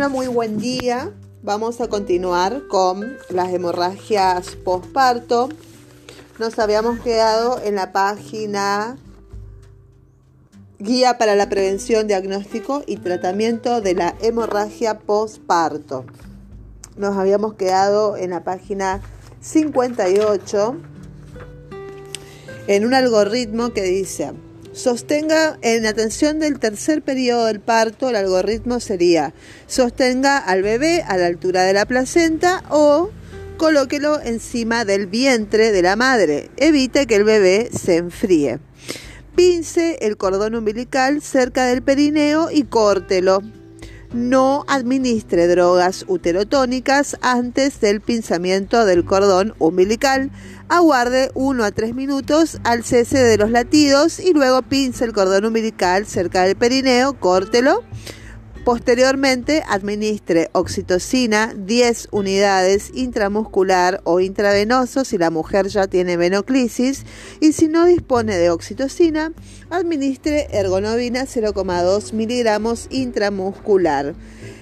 Hola, muy buen día. Vamos a continuar con las hemorragias posparto. Nos habíamos quedado en la página Guía para la prevención, diagnóstico y tratamiento de la hemorragia posparto. Nos habíamos quedado en la página 58 en un algoritmo que dice: sostenga en atención del tercer periodo del parto. El algoritmo sería: sostenga al bebé a la altura de la placenta o colóquelo encima del vientre de la madre. Evite que el bebé se enfríe. Pince el cordón umbilical cerca del perineo y córtelo. No administre drogas uterotónicas antes del pinzamiento del cordón umbilical. Aguarde 1 a 3 minutos al cese de los latidos y luego pince el cordón umbilical cerca del perineo, córtelo. Posteriormente, administre oxitocina 10 unidades intramuscular o intravenoso si la mujer ya tiene venoclisis, y si no dispone de oxitocina, administre ergonovina 0,2 miligramos intramuscular.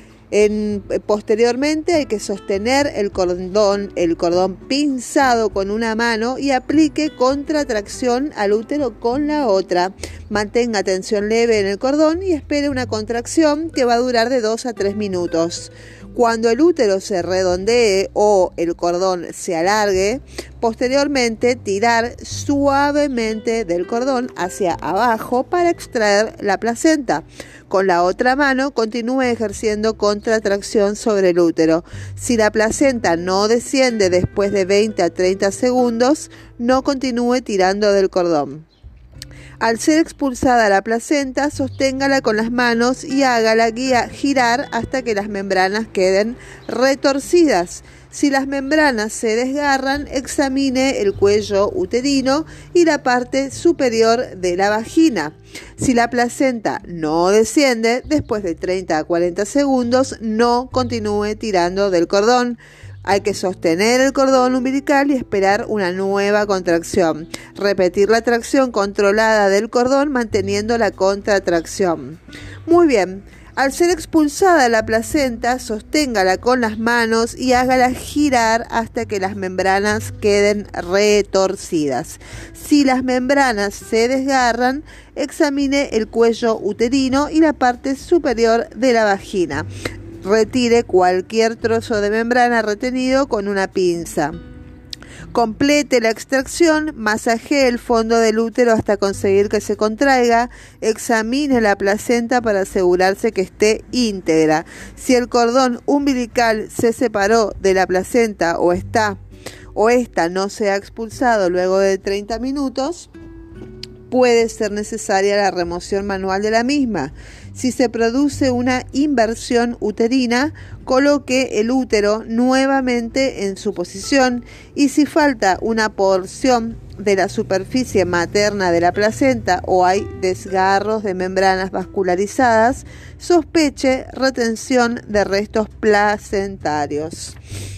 Posteriormente hay que sostener el cordón pinzado con una mano y aplique contratracción al útero con la otra. Mantenga tensión leve en el cordón y espere una contracción que va a durar de 2 a 3 minutos. Cuando el útero se redondee o el cordón se alargue, posteriormente tirar suavemente del cordón hacia abajo para extraer la placenta. Con la otra mano continúe ejerciendo contratracción sobre el útero. Si la placenta no desciende después de 20 a 30 segundos, no continúe tirando del cordón. Al ser expulsada la placenta, sosténgala con las manos y hágala girar hasta que las membranas queden retorcidas. Si las membranas se desgarran, examine el cuello uterino y la parte superior de la vagina. Si la placenta no desciende, después de 30 a 40 segundos, no continúe tirando del cordón. Hay que sostener el cordón umbilical y esperar una nueva contracción. Repetir la tracción controlada del cordón manteniendo la contratracción. Muy bien. Al ser expulsada la placenta, sosténgala con las manos y hágala girar hasta que las membranas queden retorcidas. Si las membranas se desgarran, examine el cuello uterino y la parte superior de la vagina. Retire cualquier trozo de membrana retenido con una pinza. Complete la extracción, masajee el fondo del útero hasta conseguir que se contraiga. Examine la placenta para asegurarse que esté íntegra. Si el cordón umbilical se separó de la placenta o esta no se ha expulsado luego de 30 minutos, puede ser necesaria la remoción manual de la misma. Si se produce una inversión uterina, coloque el útero nuevamente en su posición, y si falta una porción de la superficie materna de la placenta o hay desgarros de membranas vascularizadas, sospeche retención de restos placentarios.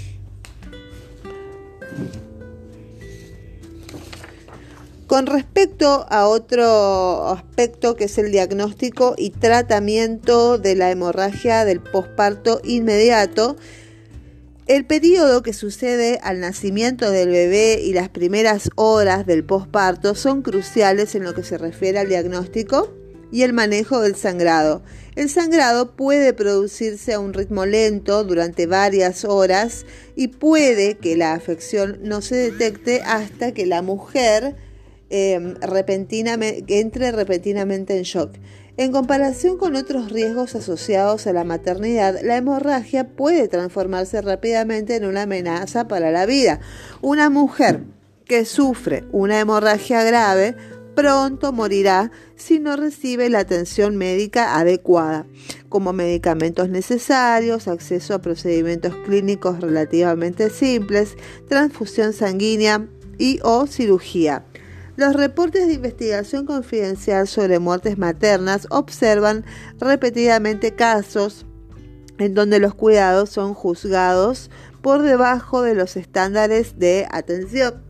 Con respecto a otro aspecto que es el diagnóstico y tratamiento de la hemorragia del posparto inmediato, el periodo que sucede al nacimiento del bebé y las primeras horas del posparto son cruciales en lo que se refiere al diagnóstico y el manejo del sangrado. El sangrado puede producirse a un ritmo lento durante varias horas y puede que la afección no se detecte hasta que la mujer entre repentinamente en shock. En comparación con otros riesgos asociados a la maternidad, la hemorragia puede transformarse rápidamente en una amenaza para la vida. Una mujer que sufre una hemorragia grave pronto morirá si no recibe la atención médica adecuada, como medicamentos necesarios, acceso a procedimientos clínicos relativamente simples, transfusión sanguínea o cirugía. Los reportes de investigación confidencial sobre muertes maternas observan repetidamente casos en donde los cuidados son juzgados por debajo de los estándares de atención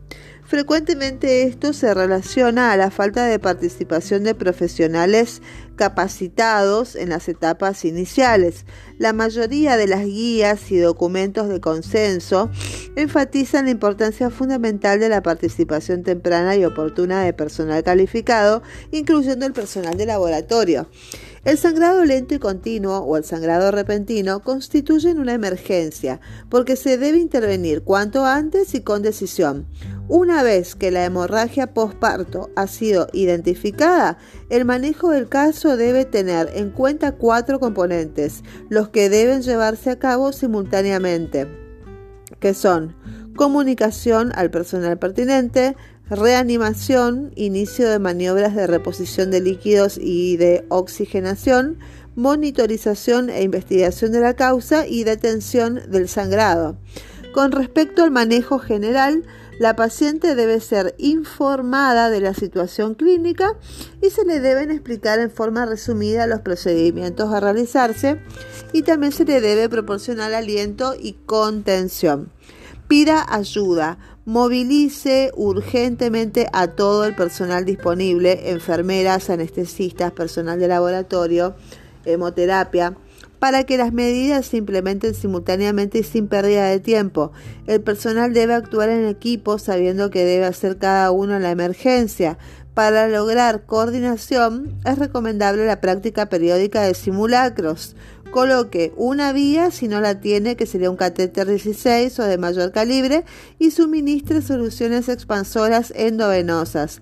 Frecuentemente esto se relaciona a la falta de participación de profesionales capacitados en las etapas iniciales. La mayoría de las guías y documentos de consenso enfatizan la importancia fundamental de la participación temprana y oportuna de personal calificado, incluyendo el personal de laboratorio. El sangrado lento y continuo o el sangrado repentino constituyen una emergencia porque se debe intervenir cuanto antes y con decisión. Una vez que la hemorragia posparto ha sido identificada, el manejo del caso debe tener en cuenta 4 componentes, los que deben llevarse a cabo simultáneamente, que son comunicación al personal pertinente, reanimación, inicio de maniobras de reposición de líquidos y de oxigenación, monitorización e investigación de la causa y detención del sangrado. Con respecto al manejo general, la paciente debe ser informada de la situación clínica y se le deben explicar en forma resumida los procedimientos a realizarse y también se le debe proporcionar aliento y contención. Pida ayuda, movilice urgentemente a todo el personal disponible, enfermeras, anestesistas, personal de laboratorio, hemoterapia, para que las medidas se implementen simultáneamente y sin pérdida de tiempo. El personal debe actuar en equipo sabiendo que debe hacer cada uno en la emergencia. Para lograr coordinación es recomendable la práctica periódica de simulacros. Coloque una vía, si no la tiene, que sería un catéter 16 o de mayor calibre, y suministre soluciones expansoras endovenosas.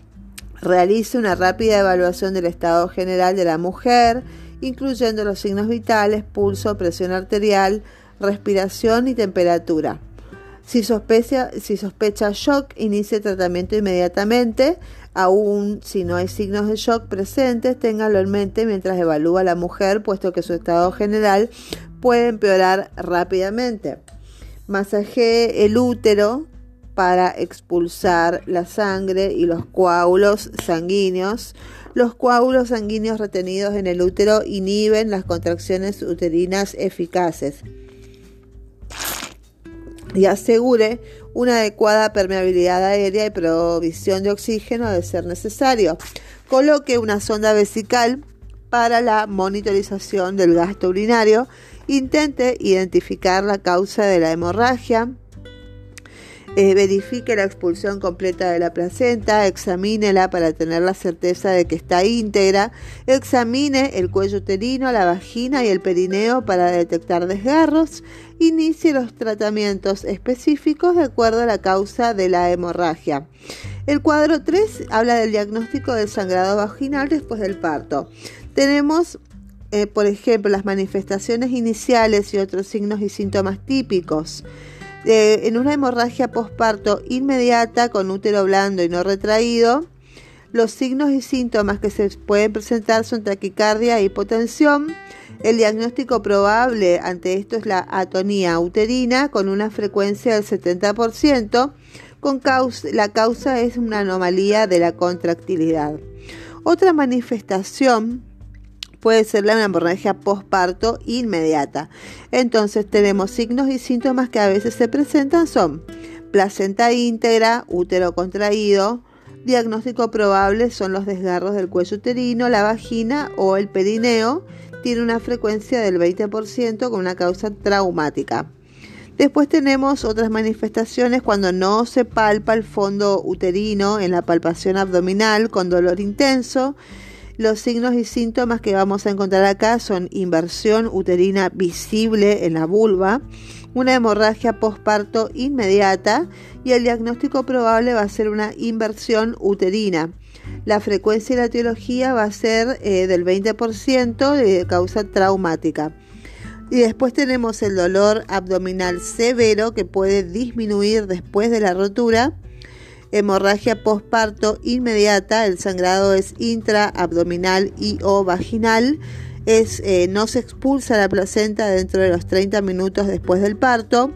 Realice una rápida evaluación del estado general de la mujer, incluyendo los signos vitales, pulso, presión arterial, respiración y temperatura. Si sospecha shock, inicie tratamiento inmediatamente. Aún si no hay signos de shock presentes, téngalo en mente mientras evalúa a la mujer, puesto que su estado general puede empeorar rápidamente. Masajee el útero para expulsar la sangre y los coágulos sanguíneos. Los coágulos sanguíneos retenidos en el útero inhiben las contracciones uterinas eficaces. Y asegure una adecuada permeabilidad aérea y provisión de oxígeno de ser necesario. Coloque una sonda vesical para la monitorización del gasto urinario. Intente identificar la causa de la hemorragia. Verifique la expulsión completa de la placenta, examínela para tener la certeza de que está íntegra, examine el cuello uterino, la vagina y el perineo para detectar desgarros, inicie los tratamientos específicos de acuerdo a la causa de la hemorragia. El cuadro 3 habla del diagnóstico del sangrado vaginal después del parto. Tenemos por ejemplo, las manifestaciones iniciales y otros signos y síntomas típicos. En una hemorragia posparto inmediata con útero blando y no retraído, los signos y síntomas que se pueden presentar son taquicardia e hipotensión. El diagnóstico probable ante esto es la atonía uterina con una frecuencia del 70%. La causa es una anomalía de la contractilidad. Otra manifestación puede ser la hemorragia posparto inmediata. Entonces tenemos signos y síntomas que a veces se presentan son placenta íntegra, útero contraído. Diagnóstico probable son los desgarros del cuello uterino, la vagina o el perineo. Tiene una frecuencia del 20% con una causa traumática. Después tenemos otras manifestaciones cuando no se palpa el fondo uterino en la palpación abdominal con dolor intenso. Los signos y síntomas que vamos a encontrar acá son inversión uterina visible en la vulva, una hemorragia posparto inmediata y el diagnóstico probable va a ser una inversión uterina. La frecuencia y la etiología va a ser del 20% de causa traumática. Y después tenemos el dolor abdominal severo que puede disminuir después de la rotura. Hemorragia posparto inmediata, el sangrado es intraabdominal y o vaginal. No se expulsa la placenta dentro de los 30 minutos después del parto.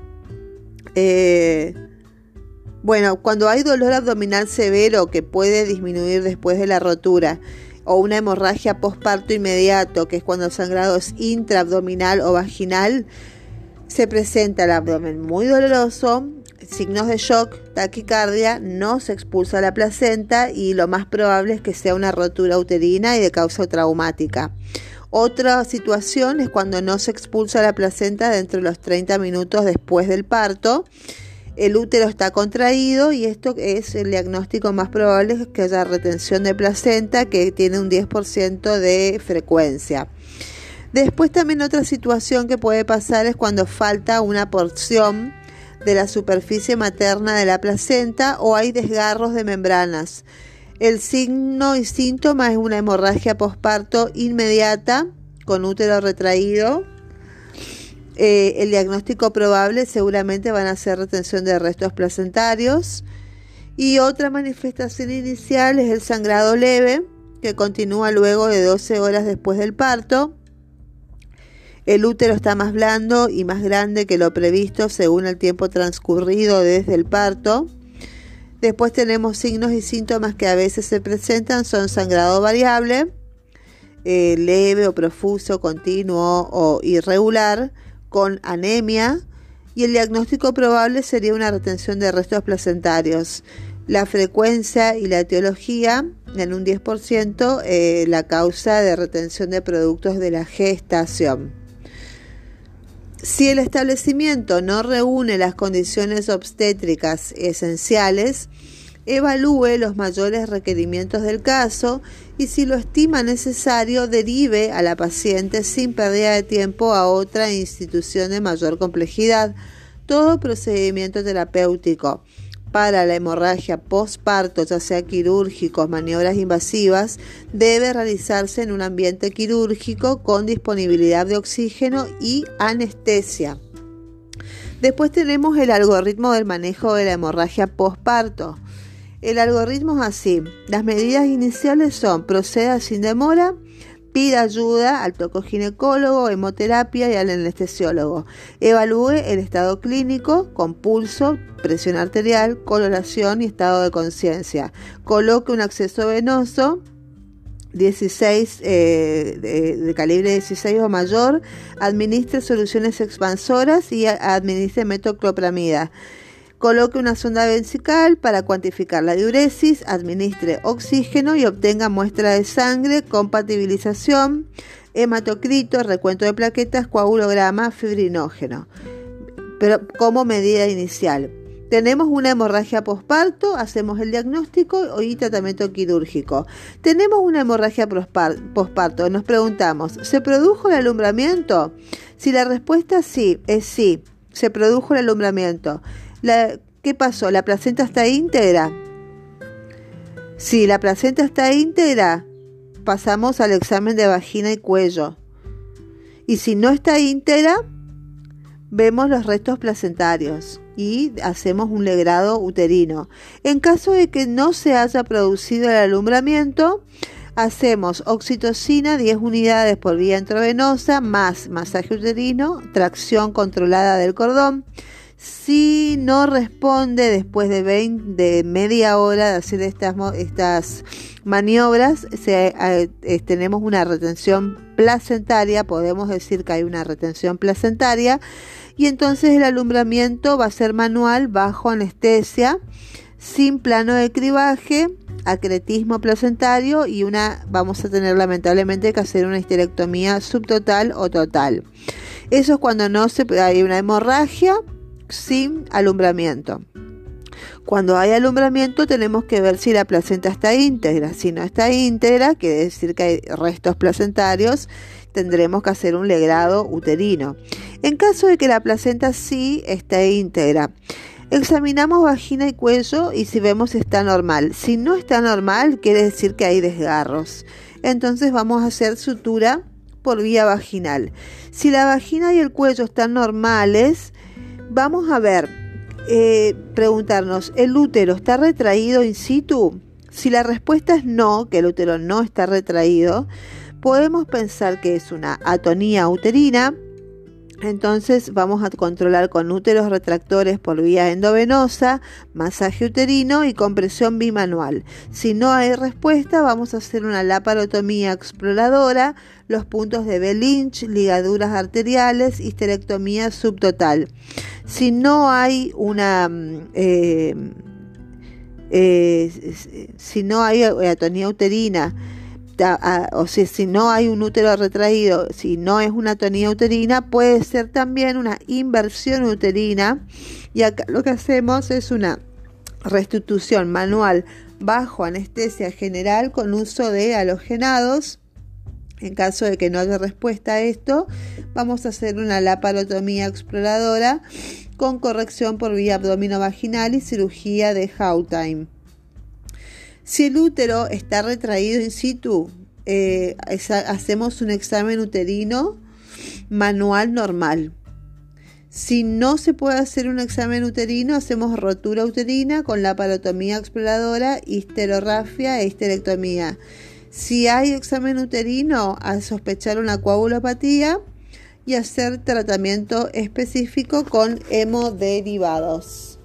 Cuando hay dolor abdominal severo que puede disminuir después de la rotura, o una hemorragia posparto inmediato, que es cuando el sangrado es intraabdominal o vaginal, se presenta el abdomen muy doloroso, signos de shock, taquicardia, no se expulsa la placenta y lo más probable es que sea una rotura uterina y de causa traumática. Otra situación es cuando no se expulsa la placenta dentro de los 30 minutos después del parto. El útero está contraído y esto es el diagnóstico más probable, es que haya retención de placenta, que tiene un 10% de frecuencia. Después también otra situación que puede pasar es cuando falta una porción de la superficie materna de la placenta o hay desgarros de membranas. El signo y síntoma es una hemorragia posparto inmediata con útero retraído. El diagnóstico probable seguramente van a ser retención de restos placentarios. Y otra manifestación inicial es el sangrado leve, que continúa luego de 12 horas después del parto. El útero está más blando y más grande que lo previsto según el tiempo transcurrido desde el parto. Después tenemos signos y síntomas que a veces se presentan, son sangrado variable, leve o profuso, continuo o irregular, con anemia, y el diagnóstico probable sería una retención de restos placentarios. La frecuencia y la etiología, en un 10%, la causa de retención de productos de la gestación. Si el establecimiento no reúne las condiciones obstétricas esenciales, evalúe los mayores requerimientos del caso y, si lo estima necesario, derive a la paciente sin pérdida de tiempo a otra institución de mayor complejidad. Todo procedimiento terapéutico para la hemorragia postparto, ya sea quirúrgicos, maniobras invasivas, debe realizarse en un ambiente quirúrgico con disponibilidad de oxígeno y anestesia. Después tenemos el algoritmo del manejo de la hemorragia postparto. El algoritmo es así. Las medidas iniciales son: proceda sin demora, pida ayuda al tocoginecólogo, hemoterapia y al anestesiólogo. Evalúe el estado clínico con pulso, presión arterial, coloración y estado de conciencia. Coloque un acceso venoso 16 de calibre 16 o mayor. Administre soluciones expansoras y administre metoclopramida. Coloque una sonda vesical para cuantificar la diuresis, administre oxígeno y obtenga muestra de sangre, compatibilización, hematocrito, recuento de plaquetas, coagulograma, fibrinógeno. Pero como medida inicial. Tenemos una hemorragia posparto, hacemos el diagnóstico y tratamiento quirúrgico. Tenemos una hemorragia posparto, nos preguntamos, ¿se produjo el alumbramiento? Si la respuesta sí, es sí, se produjo el alumbramiento. ¿Qué pasó? ¿La placenta está íntegra? Si la placenta está íntegra, pasamos al examen de vagina y cuello. Y si no está íntegra, vemos los restos placentarios y hacemos un legrado uterino. En caso de que no se haya producido el alumbramiento, hacemos oxitocina 10 unidades por vía intravenosa más masaje uterino, tracción controlada del cordón. Si no responde después de media hora de hacer estas maniobras, tenemos una retención placentaria, podemos decir que hay una retención placentaria, y entonces el alumbramiento va a ser manual bajo anestesia, sin plano de cribaje, acretismo placentario y vamos a tener lamentablemente que hacer una histerectomía subtotal o total. Eso es cuando hay una hemorragia sin alumbramiento. Cuando hay alumbramiento tenemos que ver si la placenta está íntegra. Si no está íntegra, quiere decir que hay restos placentarios, tendremos que hacer un legrado uterino. En caso de que la placenta sí esté íntegra, examinamos vagina y cuello y si vemos si está normal. Si no está normal, quiere decir que hay desgarros. Entonces vamos a hacer sutura por vía vaginal. Si la vagina y el cuello están normales, vamos a ver, preguntarnos, ¿el útero está retraído in situ? Si la respuesta es no, que el útero no está retraído, podemos pensar que es una atonía uterina. Entonces vamos a controlar con úteros retractores por vía endovenosa, masaje uterino y compresión bimanual. Si no hay respuesta, vamos a hacer una laparotomía exploradora, los puntos de Bell-Lynch, ligaduras arteriales, histerectomía subtotal. Si no hay una si no hay atonía uterina, o sea, si no hay un útero retraído, si no es una atonía uterina, puede ser también una inversión uterina, y acá lo que hacemos es una restitución manual bajo anestesia general con uso de halogenados. En caso de que no haya respuesta a esto, vamos a hacer una laparotomía exploradora con corrección por vía abdominovaginal y cirugía de Hautime. Si el útero está retraído in situ, hacemos un examen uterino manual normal. Si no se puede hacer un examen uterino, hacemos rotura uterina con laparotomía exploradora, histerorrafia e histerectomía. Si hay examen uterino, a sospechar una coagulopatía y hacer tratamiento específico con hemoderivados.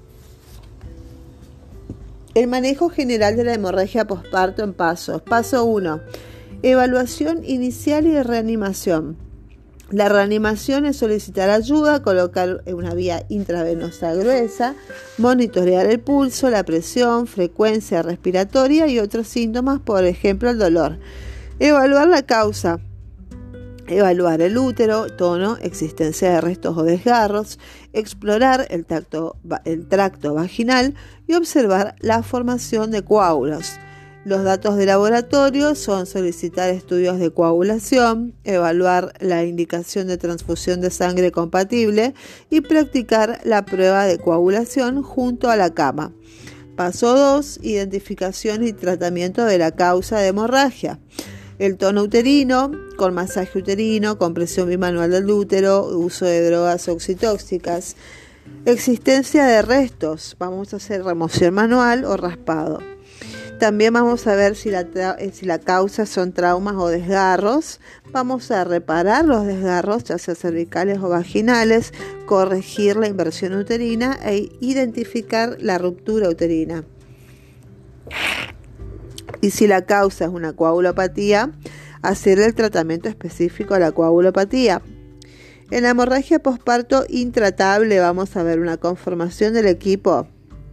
El manejo general de la hemorragia posparto en pasos. Paso 1. Evaluación inicial y reanimación. La reanimación es solicitar ayuda, colocar una vía intravenosa gruesa, monitorear el pulso, la presión, frecuencia respiratoria y otros síntomas, por ejemplo el dolor. Evaluar la causa. Evaluar el útero, tono, existencia de restos o desgarros, explorar el tracto vaginal y observar la formación de coágulos. Los datos de laboratorio son solicitar estudios de coagulación, evaluar la indicación de transfusión de sangre compatible y practicar la prueba de coagulación junto a la cama. Paso 2. Identificación y tratamiento de la causa de hemorragia. El tono uterino, con masaje uterino, compresión bimanual del útero, uso de drogas oxitóxicas. Existencia de restos, vamos a hacer remoción manual o raspado. También vamos a ver si la causa son traumas o desgarros. Vamos a reparar los desgarros, ya sea cervicales o vaginales, corregir la inversión uterina e identificar la ruptura uterina. Y si la causa es una coagulopatía, hacer el tratamiento específico a la coagulopatía. En la hemorragia posparto intratable vamos a ver una conformación del equipo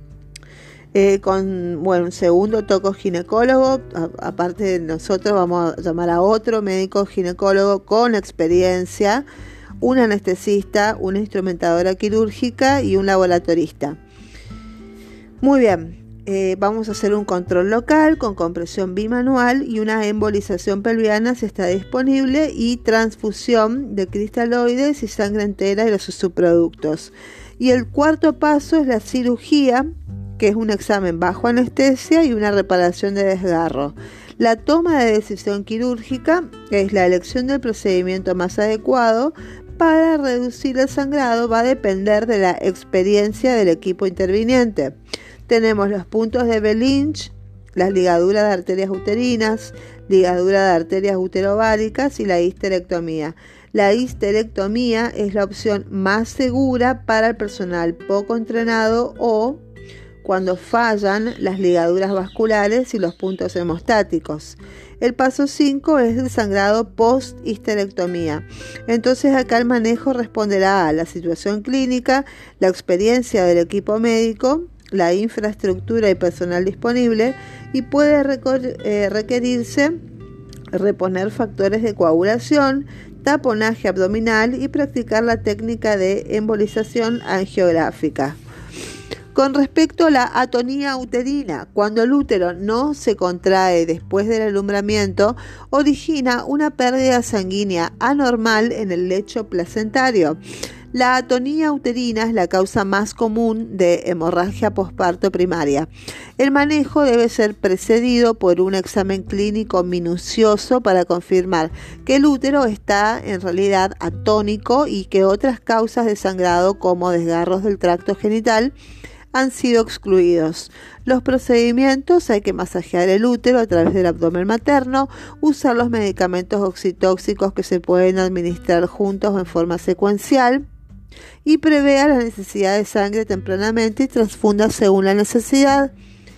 con un segundo toco ginecólogo. Aparte de nosotros vamos a llamar a otro médico ginecólogo con experiencia, un anestesista, una instrumentadora quirúrgica y un laboratorista. Muy bien. Vamos a hacer un control local con compresión bimanual y una embolización pelviana si está disponible, y transfusión de cristaloides y sangre entera y los subproductos. Y el cuarto paso es la cirugía, que es un examen bajo anestesia y una reparación de desgarro. La toma de decisión quirúrgica es la elección del procedimiento más adecuado para reducir el sangrado. Va a depender de la experiencia del equipo interviniente. Tenemos los puntos de Belinch, las ligaduras de arterias uterinas, ligadura de arterias uterováricas y la histerectomía. La histerectomía es la opción más segura para el personal poco entrenado o cuando fallan las ligaduras vasculares y los puntos hemostáticos. El paso 5 es el sangrado post-histerectomía. Entonces acá el manejo responderá a la situación clínica, la experiencia del equipo médico, la infraestructura y personal disponible, y puede requerirse reponer factores de coagulación, taponaje abdominal y practicar la técnica de embolización angiográfica. Con respecto a la atonía uterina, cuando el útero no se contrae después del alumbramiento, origina una pérdida sanguínea anormal en el lecho placentario. La atonía uterina es la causa más común de hemorragia posparto primaria. El manejo debe ser precedido por un examen clínico minucioso para confirmar que el útero está en realidad atónico y que otras causas de sangrado como desgarros del tracto genital han sido excluidos. Los procedimientos: hay que masajear el útero a través del abdomen materno, usar los medicamentos oxitóxicos que se pueden administrar juntos o en forma secuencial, y prevea la necesidad de sangre tempranamente y transfunda según la necesidad.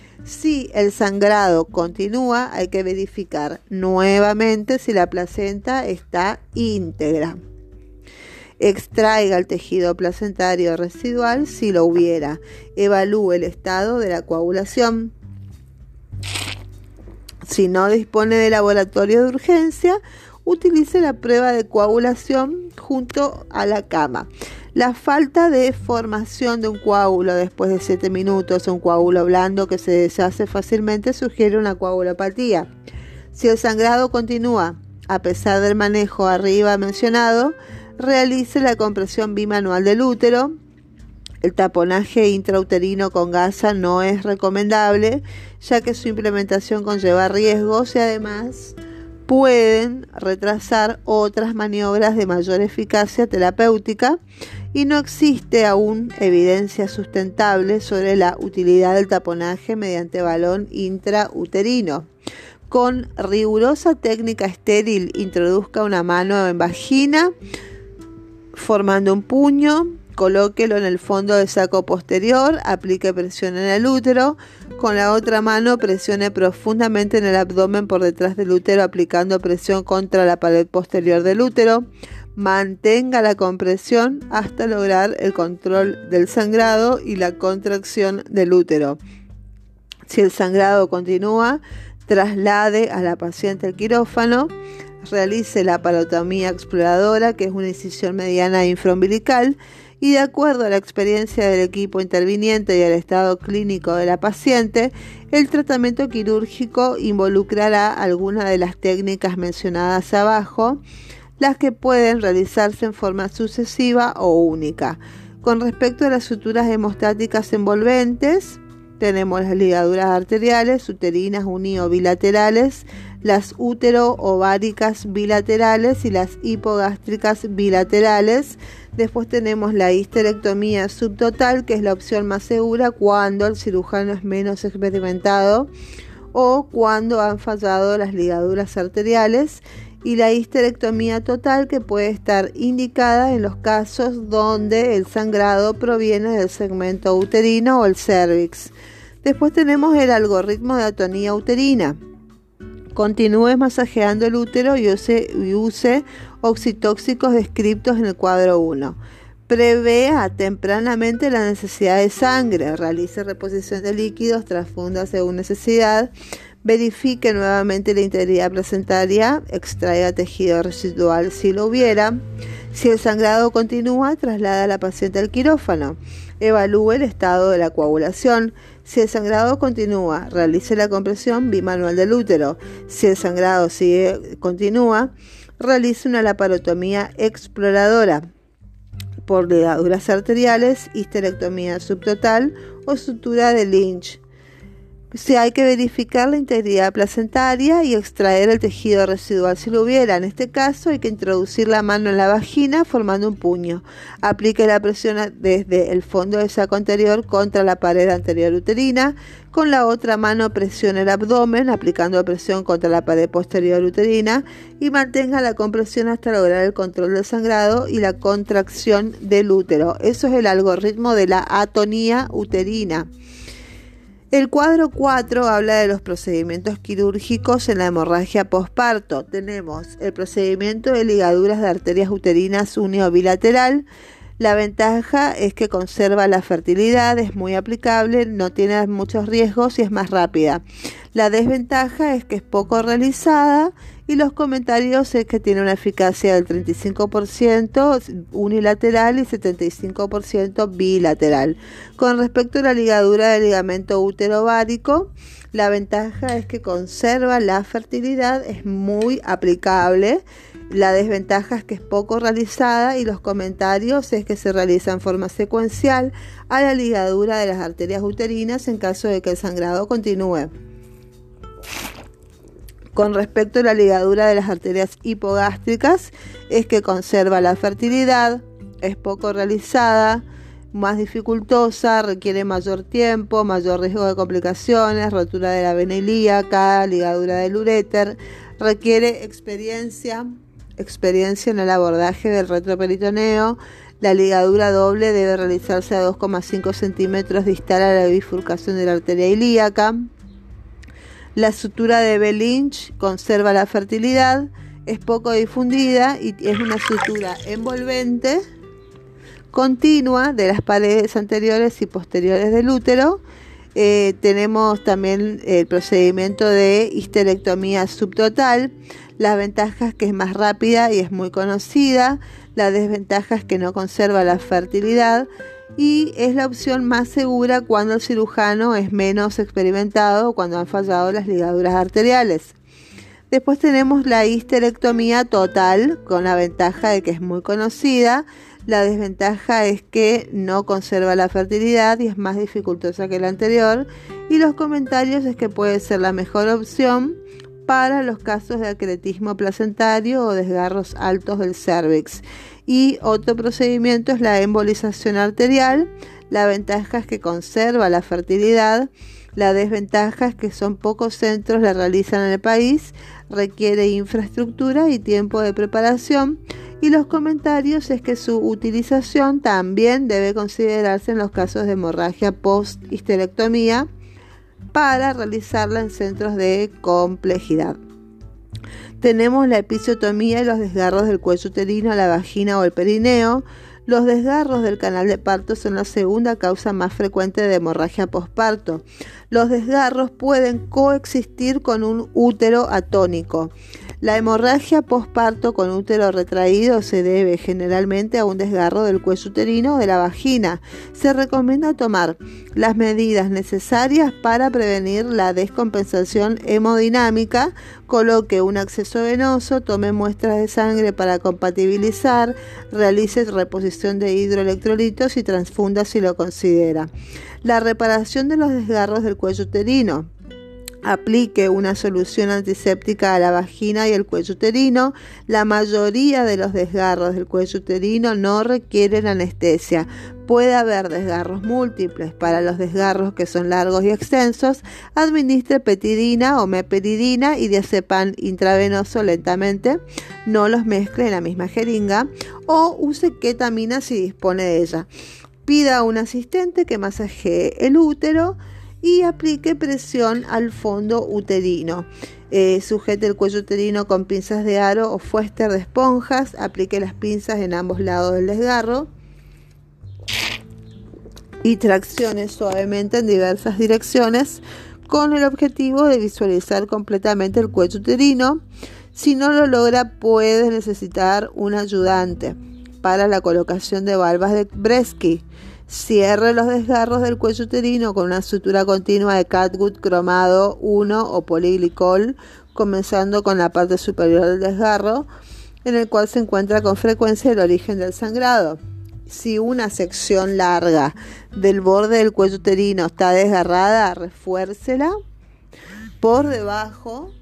Si el sangrado continúa, hay que verificar nuevamente si la placenta está íntegra. Extraiga el tejido placentario residual si lo hubiera. Evalúe el estado de la coagulación. Si no dispone de laboratorio de urgencia, utilice la prueba de coagulación junto a la cama. La falta de formación de un coágulo después de 7 minutos, un coágulo blando que se deshace fácilmente, sugiere una coagulopatía. Si el sangrado continúa, a pesar del manejo arriba mencionado, realice la compresión bimanual del útero. El taponaje intrauterino con gasa no es recomendable, ya que su implementación conlleva riesgos y además pueden retrasar otras maniobras de mayor eficacia terapéutica, y no existe aún evidencia sustentable sobre la utilidad del taponaje mediante balón intrauterino. Con rigurosa técnica estéril, introduzca una mano en vagina formando un puño, colóquelo en el fondo del saco posterior, aplique presión en el útero, con la otra mano presione profundamente en el abdomen por detrás del útero, aplicando presión contra la pared posterior del útero. Mantenga la compresión hasta lograr el control del sangrado y la contracción del útero. Si el sangrado continúa, traslade a la paciente al quirófano, realice la parotomía exploradora, que es una incisión mediana infraumbilical, y de acuerdo a la experiencia del equipo interviniente y al estado clínico de la paciente, el tratamiento quirúrgico involucrará alguna de las técnicas mencionadas abajo, las que pueden realizarse en forma sucesiva o única. Con respecto a las suturas hemostáticas envolventes, tenemos las ligaduras arteriales, uterinas unio-bilaterales, las útero-ováricas bilaterales y las hipogástricas bilaterales. Después tenemos la histerectomía subtotal, que es la opción más segura cuando el cirujano es menos experimentado o cuando han fallado las ligaduras arteriales, y la histerectomía total, que puede estar indicada en los casos donde el sangrado proviene del segmento uterino o el cervix. Después tenemos el algoritmo de atonía uterina. Continúe masajeando el útero y use oxitóxicos descriptos en el cuadro 1. Prevea tempranamente la necesidad de sangre. Realice reposición de líquidos, transfunda según necesidad. Verifique nuevamente la integridad placentaria, extraiga tejido residual si lo hubiera. Si el sangrado continúa, traslada a la paciente al quirófano. Evalúe el estado de la coagulación. Si el sangrado continúa, realice la compresión bimanual del útero. Si el sangrado continúa, realice una laparotomía exploradora por ligaduras arteriales, histerectomía subtotal o sutura de Lynch. Si hay que verificar la integridad placentaria y extraer el tejido residual si lo hubiera. En este caso hay que introducir la mano en la vagina formando un puño. Aplique la presión desde el fondo del saco anterior contra la pared anterior uterina. Con la otra mano presione el abdomen aplicando presión contra la pared posterior uterina y mantenga la compresión hasta lograr el control del sangrado y la contracción del útero. Eso es el algoritmo de la atonía uterina. El cuadro 4 habla de los procedimientos quirúrgicos en la hemorragia posparto. Tenemos el procedimiento de ligaduras de arterias uterinas unio-bilateral. La ventaja es que conserva la fertilidad, es muy aplicable, no tiene muchos riesgos y es más rápida. La desventaja es que es poco realizada y los comentarios es que tiene una eficacia del 35% unilateral y 75% bilateral. Con respecto a la ligadura del ligamento útero-ovárico, la ventaja es que conserva la fertilidad, es muy aplicable. La desventaja es que es poco realizada y los comentarios es que se realiza en forma secuencial a la ligadura de las arterias uterinas en caso de que el sangrado continúe. Con respecto a la ligadura de las arterias hipogástricas, es que conserva la fertilidad, es poco realizada, más dificultosa, requiere mayor tiempo, mayor riesgo de complicaciones, rotura de la vena ilíaca, ligadura del uréter, requiere experiencia en el abordaje del retroperitoneo. La ligadura doble debe realizarse a 2,5 centímetros distal a la bifurcación de la arteria ilíaca. La sutura de Lynch conserva la fertilidad Es poco difundida y es una sutura envolvente continua de las paredes anteriores y posteriores del útero. Tenemos también el procedimiento de histerectomía subtotal. Las ventajas que es más rápida y es muy conocida. La desventaja es que no conserva la fertilidad y es la opción más segura cuando el cirujano es menos experimentado o cuando han fallado las ligaduras arteriales. Después tenemos la histerectomía total, con la ventaja de que es muy conocida. La desventaja es que no conserva la fertilidad y es más dificultosa que la anterior. Y los comentarios es que puede ser la mejor opción para los casos de acretismo placentario o desgarros altos del cérvix. Y otro procedimiento es la embolización arterial. La ventaja es que conserva la fertilidad. La desventaja es que son pocos centros la realizan en el país, requiere infraestructura y tiempo de preparación. Y los comentarios es que su utilización también debe considerarse en los casos de hemorragia post-histerectomía para realizarla en centros de complejidad. Tenemos la episiotomía y los desgarros del cuello uterino, la vagina o el perineo. Los desgarros del canal de parto son la segunda causa más frecuente de hemorragia posparto. Los desgarros pueden coexistir con un útero atónico. La hemorragia posparto con útero retraído se debe generalmente a un desgarro del cuello uterino o de la vagina. Se recomienda tomar las medidas necesarias para prevenir la descompensación hemodinámica, coloque un acceso venoso, tome muestras de sangre para compatibilizar, realice reposición de hidroelectrolitos y transfunda si lo considera. La reparación de los desgarros del cuello uterino. Aplique una solución antiséptica a la vagina y el cuello uterino. La mayoría de los desgarros del cuello uterino no requieren anestesia. Puede haber desgarros múltiples. Para los desgarros que son largos y extensos, administre petidina o meperidina y diazepam intravenoso lentamente. No los mezcle en la misma jeringa o use ketamina si dispone de ella. Pida a un asistente que masajee el útero y aplique presión al fondo uterino. Sujete el cuello uterino con pinzas de aro o fuéster de esponjas. Aplique las pinzas en ambos lados del desgarro y traccione suavemente en diversas direcciones con el objetivo de visualizar completamente el cuello uterino. Si no lo logra, puede necesitar un ayudante para la colocación de valvas de Breschke. Cierre los desgarros del cuello uterino con una sutura continua de catgut cromado 1 o poliglicol, comenzando con la parte superior del desgarro, en el cual se encuentra con frecuencia el origen del sangrado. Si una sección larga del borde del cuello uterino está desgarrada, refuércela por debajo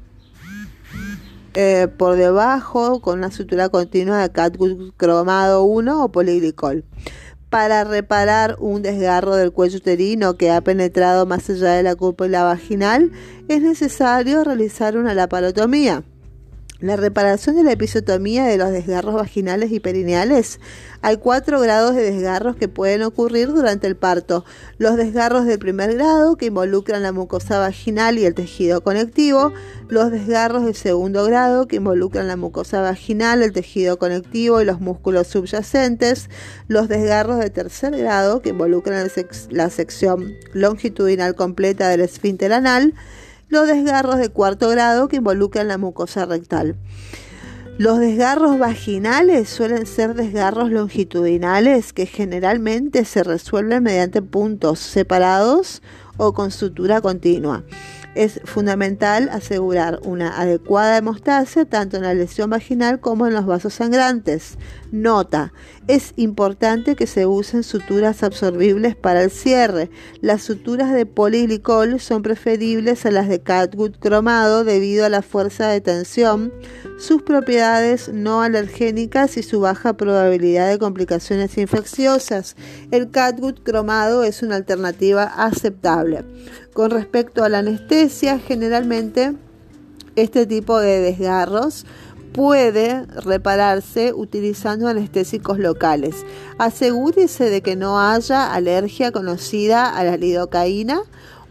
con una sutura continua de catgut cromado 1 o poliglicol. Para reparar un desgarro del cuello uterino que ha penetrado más allá de la cúpula vaginal, es necesario realizar una laparotomía. La reparación de la episiotomía de los desgarros vaginales y perineales. Hay 4 grados de desgarros que pueden ocurrir durante el parto. Los desgarros del primer grado, que involucran la mucosa vaginal y el tejido conectivo. Los desgarros del segundo grado, que involucran la mucosa vaginal, el tejido conectivo y los músculos subyacentes. Los desgarros de tercer grado, que involucran la sección longitudinal completa del esfínter anal. Los desgarros de cuarto grado que involucran la mucosa rectal. Los desgarros vaginales suelen ser desgarros longitudinales que generalmente se resuelven mediante puntos separados o con sutura continua. Es fundamental asegurar una adecuada hemostasia tanto en la lesión vaginal como en los vasos sangrantes. Nota: es importante que se usen suturas absorbibles para el cierre. Las suturas de poliglicol son preferibles a las de catgut cromado debido a la fuerza de tensión, sus propiedades no alergénicas y su baja probabilidad de complicaciones infecciosas. El catgut cromado es una alternativa aceptable. Con respecto a la anestesia, generalmente este tipo de desgarros puede repararse utilizando anestésicos locales. Asegúrese de que no haya alergia conocida a la lidocaína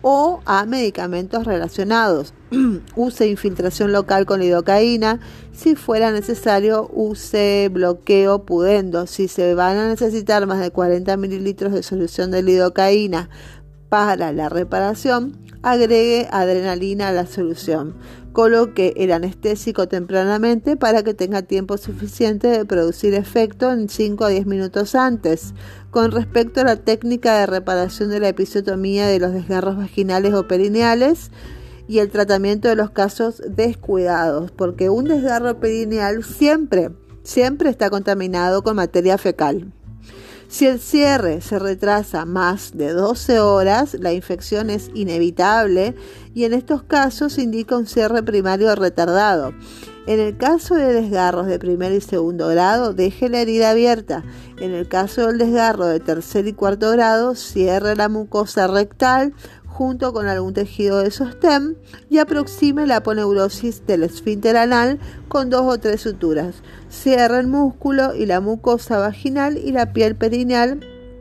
o a medicamentos relacionados. Use infiltración local con lidocaína. Si fuera necesario, use bloqueo pudendo. Si se van a necesitar más de 40 mililitros de solución de lidocaína para la reparación, agregue adrenalina a la solución. Coloque el anestésico tempranamente para que tenga tiempo suficiente de producir efecto en 5 a 10 minutos antes. Con respecto a la técnica de reparación de la episiotomía de los desgarros vaginales o perineales y el tratamiento de los casos descuidados, porque un desgarro perineal siempre está contaminado con materia fecal. Si el cierre se retrasa más de 12 horas, la infección es inevitable y en estos casos se indica un cierre primario retardado. En el caso de desgarros de primer y segundo grado, deje la herida abierta. En el caso del desgarro de tercer y cuarto grado, cierre la mucosa rectal junto con algún tejido de sostén y aproxime la aponeurosis del esfínter anal con 2 o 3 suturas. Cierre el músculo y la mucosa vaginal y la piel perineal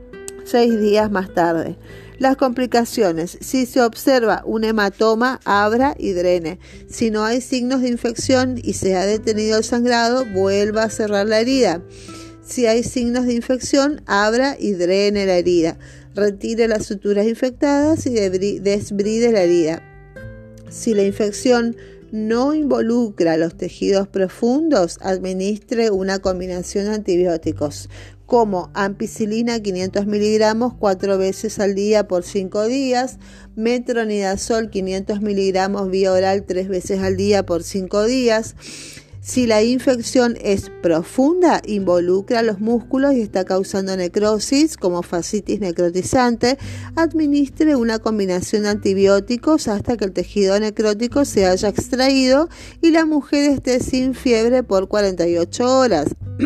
6 días más tarde. Las complicaciones: si se observa un hematoma, abra y drene. Si no hay signos de infección y se ha detenido el sangrado, vuelva a cerrar la herida. Si hay signos de infección, abra y drene la herida. Retire las suturas infectadas y desbride la herida. Si la infección no involucra los tejidos profundos, administre una combinación de antibióticos como ampicilina 500 miligramos 4 veces al día por 5 días, metronidazol 500 miligramos vía oral 3 veces al día por 5 días. Si la infección es profunda, involucra los músculos y está causando necrosis, como fascitis necrotizante, administre una combinación de antibióticos hasta que el tejido necrótico se haya extraído y la mujer esté sin fiebre por 48 horas.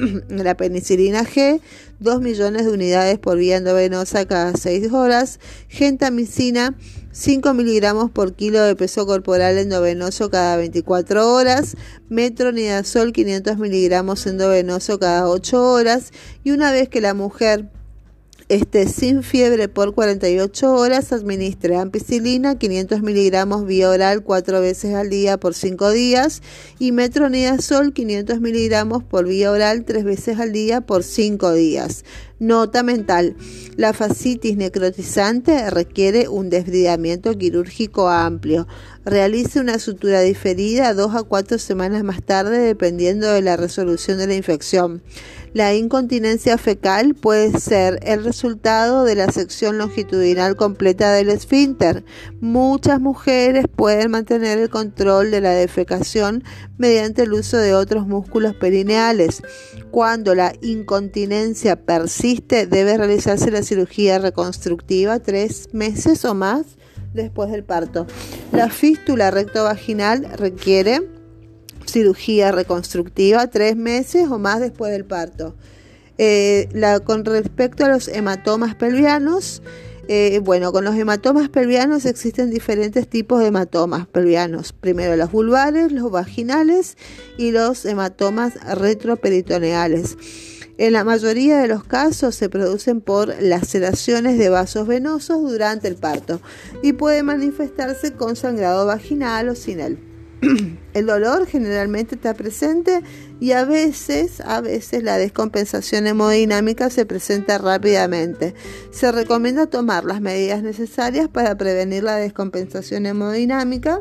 La penicilina G, 2 millones de unidades por vía endovenosa cada 6 horas. Gentamicina, 5 miligramos por kilo de peso corporal endovenoso cada 24 horas. Metronidazol, 500 miligramos endovenoso cada 8 horas. Y una vez que la mujer esté sin fiebre por 48 horas, administre ampicilina 500 miligramos vía oral 4 veces al día por 5 días y metronidazol 500 miligramos por vía oral 3 veces al día por 5 días. Nota mental: la fascitis necrotizante requiere un desbridamiento quirúrgico amplio. Realice una sutura diferida 2 a 4 semanas más tarde dependiendo de la resolución de la infección. La incontinencia fecal puede ser el resultado de la sección longitudinal completa del esfínter. Muchas mujeres pueden mantener el control de la defecación mediante el uso de otros músculos perineales. Cuando la incontinencia persiste, debe realizarse la cirugía reconstructiva 3 meses o más después del parto. La fístula rectovaginal requiere cirugía reconstructiva 3 meses o más después del parto. Con respecto a los hematomas pelvianos, con los hematomas pelvianos existen diferentes tipos de hematomas pelvianos. Primero los vulvares, los vaginales y los hematomas retroperitoneales. En la mayoría de los casos se producen por laceraciones de vasos venosos durante el parto y puede manifestarse con sangrado vaginal o sin él. El dolor generalmente está presente y a veces la descompensación hemodinámica se presenta rápidamente. Se recomienda tomar las medidas necesarias para prevenir la descompensación hemodinámica,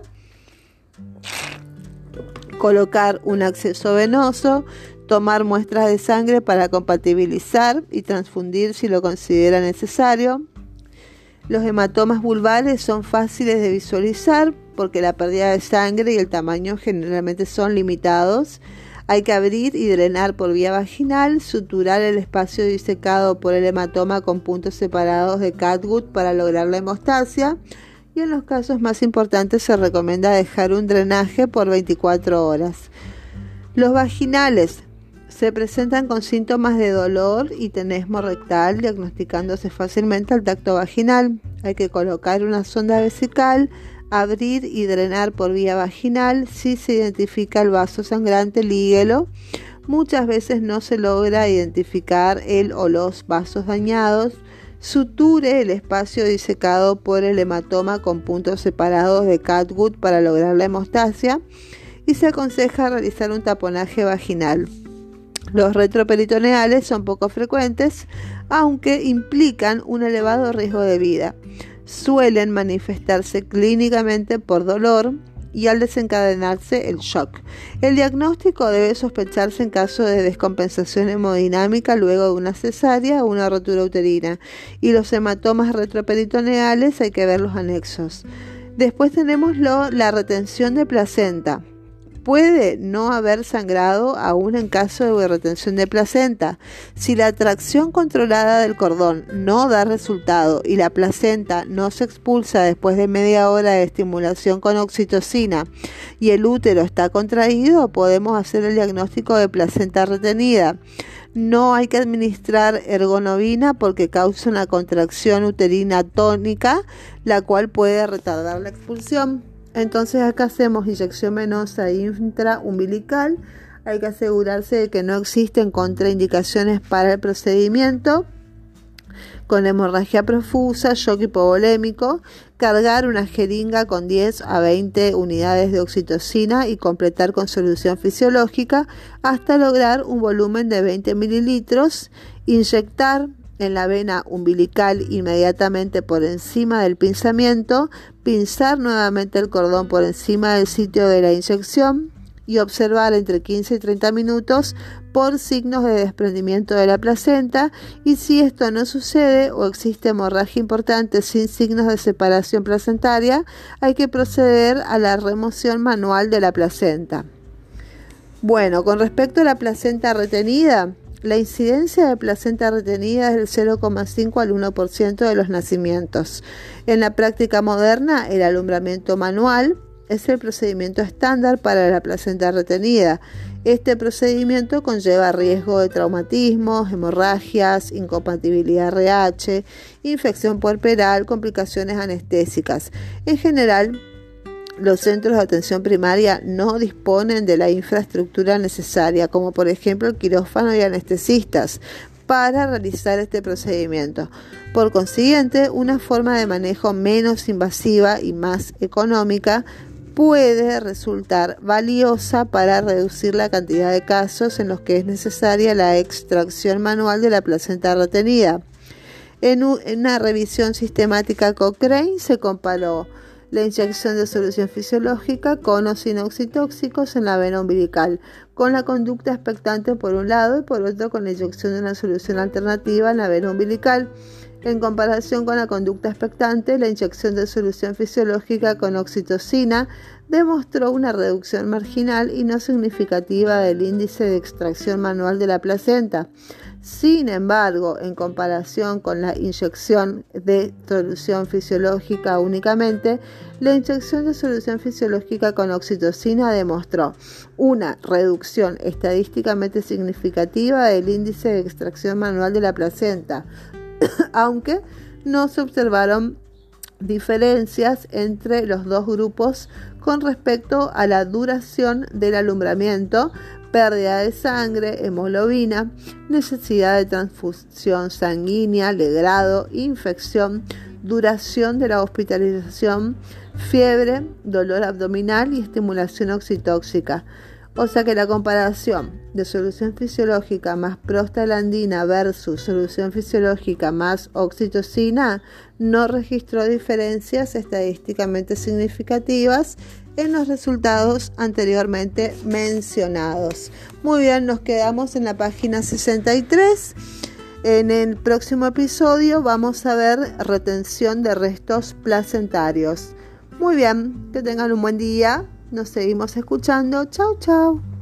colocar un acceso venoso, tomar muestras de sangre para compatibilizar y transfundir si lo considera necesario. Los hematomas vulvares son fáciles de visualizar porque la pérdida de sangre y el tamaño generalmente son limitados. Hay que abrir y drenar por vía vaginal, suturar el espacio disecado por el hematoma con puntos separados de catgut para lograr la hemostasia. Y en los casos más importantes se recomienda dejar un drenaje por 24 horas. Los vaginales se presentan con síntomas de dolor y tenesmo rectal, diagnosticándose fácilmente al tacto vaginal. Hay que colocar una sonda vesical, abrir y drenar por vía vaginal. Si se identifica el vaso sangrante, líguelo. Muchas veces no se logra identificar el o los vasos dañados. Suture el espacio disecado por el hematoma con puntos separados de catgut para lograr la hemostasia y se aconseja realizar un taponaje vaginal. Los retroperitoneales son poco frecuentes, aunque implican un elevado riesgo de vida. Suelen manifestarse clínicamente por dolor y al desencadenarse el shock. El diagnóstico debe sospecharse en caso de descompensación hemodinámica luego de una cesárea o una rotura uterina, y los hematomas retroperitoneales hay que ver los anexos. Después tenemos la retención de placenta. Puede no haber sangrado aún en caso de retención de placenta. Si la tracción controlada del cordón no da resultado y la placenta no se expulsa después de media hora de estimulación con oxitocina y el útero está contraído, podemos hacer el diagnóstico de placenta retenida. No hay que administrar ergonovina porque causa una contracción uterina tónica, la cual puede retardar la expulsión. Entonces acá hacemos inyección venosa intraumbilical. Hay que asegurarse de que no existen contraindicaciones para el procedimiento. Con hemorragia profusa, shock hipovolémico, cargar una jeringa con 10 a 20 unidades de oxitocina y completar con solución fisiológica hasta lograr un volumen de 20 mililitros, inyectar en la vena umbilical inmediatamente por encima del pinzamiento, pinzar nuevamente el cordón por encima del sitio de la inyección y observar entre 15 y 30 minutos por signos de desprendimiento de la placenta, y si esto no sucede o existe hemorragia importante sin signos de separación placentaria, hay que proceder a la remoción manual de la placenta. Bueno, con respecto a la placenta retenida, la incidencia de placenta retenida es del 0,5 al 1% de los nacimientos. En la práctica moderna, el alumbramiento manual es el procedimiento estándar para la placenta retenida. Este procedimiento conlleva riesgo de traumatismos, hemorragias, incompatibilidad RH, infección puerperal, complicaciones anestésicas. En general, los centros de atención primaria no disponen de la infraestructura necesaria, como por ejemplo el quirófano y anestesistas, para realizar este procedimiento. Por consiguiente, una forma de manejo menos invasiva y más económica puede resultar valiosa para reducir la cantidad de casos en los que es necesaria la extracción manual de la placenta retenida. En una revisión sistemática Cochrane se comparó la inyección de solución fisiológica con o sin oxitóxicos en la vena umbilical, con la conducta expectante por un lado y por otro con la inyección de una solución alternativa en la vena umbilical. En comparación con la conducta expectante, la inyección de solución fisiológica con oxitocina demostró una reducción marginal y no significativa del índice de extracción manual de la placenta. Sin embargo, en comparación con la inyección de solución fisiológica únicamente, la inyección de solución fisiológica con oxitocina demostró una reducción estadísticamente significativa del índice de extracción manual de la placenta, aunque no se observaron diferencias entre los dos grupos con respecto a la duración del alumbramiento, pérdida de sangre, hemoglobina, necesidad de transfusión sanguínea, legrado, infección, duración de la hospitalización, fiebre, dolor abdominal y estimulación oxitóxica. O sea que la comparación de solución fisiológica más prostaglandina versus solución fisiológica más oxitocina no registró diferencias estadísticamente significativas en los resultados anteriormente mencionados. Muy bien, nos quedamos en la página 63. En el próximo episodio vamos a ver retención de restos placentarios. Muy bien, que tengan un buen día. Nos seguimos escuchando. Chau, chau.